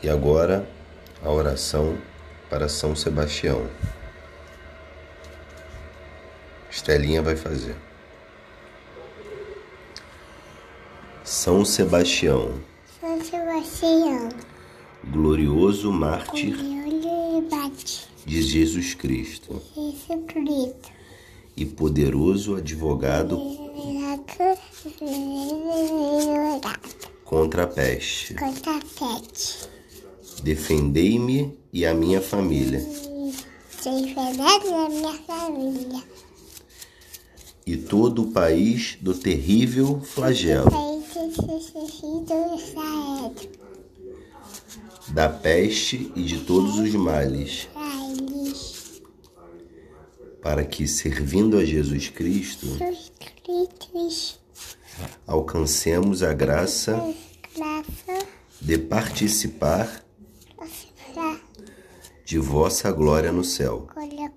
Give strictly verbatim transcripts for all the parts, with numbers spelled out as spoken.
E agora, a oração para São Sebastião. Estelinha vai fazer. São Sebastião, São Sebastião, glorioso mártir bate, de Jesus Cristo Jesus Cristo, e poderoso advogado contra a peste. contra a peste. Defendei-me e a minha família, Sem verdade na minha família. e todo o país do terrível flagelo da peste e de todos os males, para que, servindo a Jesus Cristo, alcancemos a graça de participar de vossa glória no céu.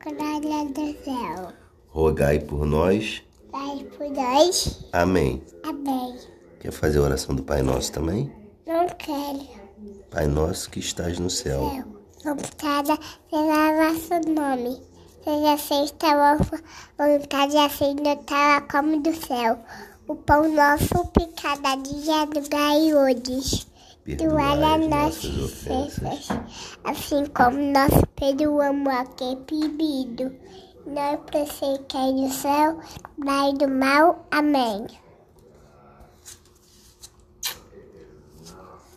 Rogai por nós. Vai por nós. Amém. Amém. Quer fazer a oração do Pai Nosso também? Não quero. Pai Nosso que estás no céu. Céu. Vontade seja vosso nome. Seja feita a vossa vontade, assim na terra como do céu. O pão nosso de cada dia nos dai hoje. Perdoai as nossas ofensas, assim como nós perdoamos a quem pedido. Não precisa cair do céu, mas do mal. Amém.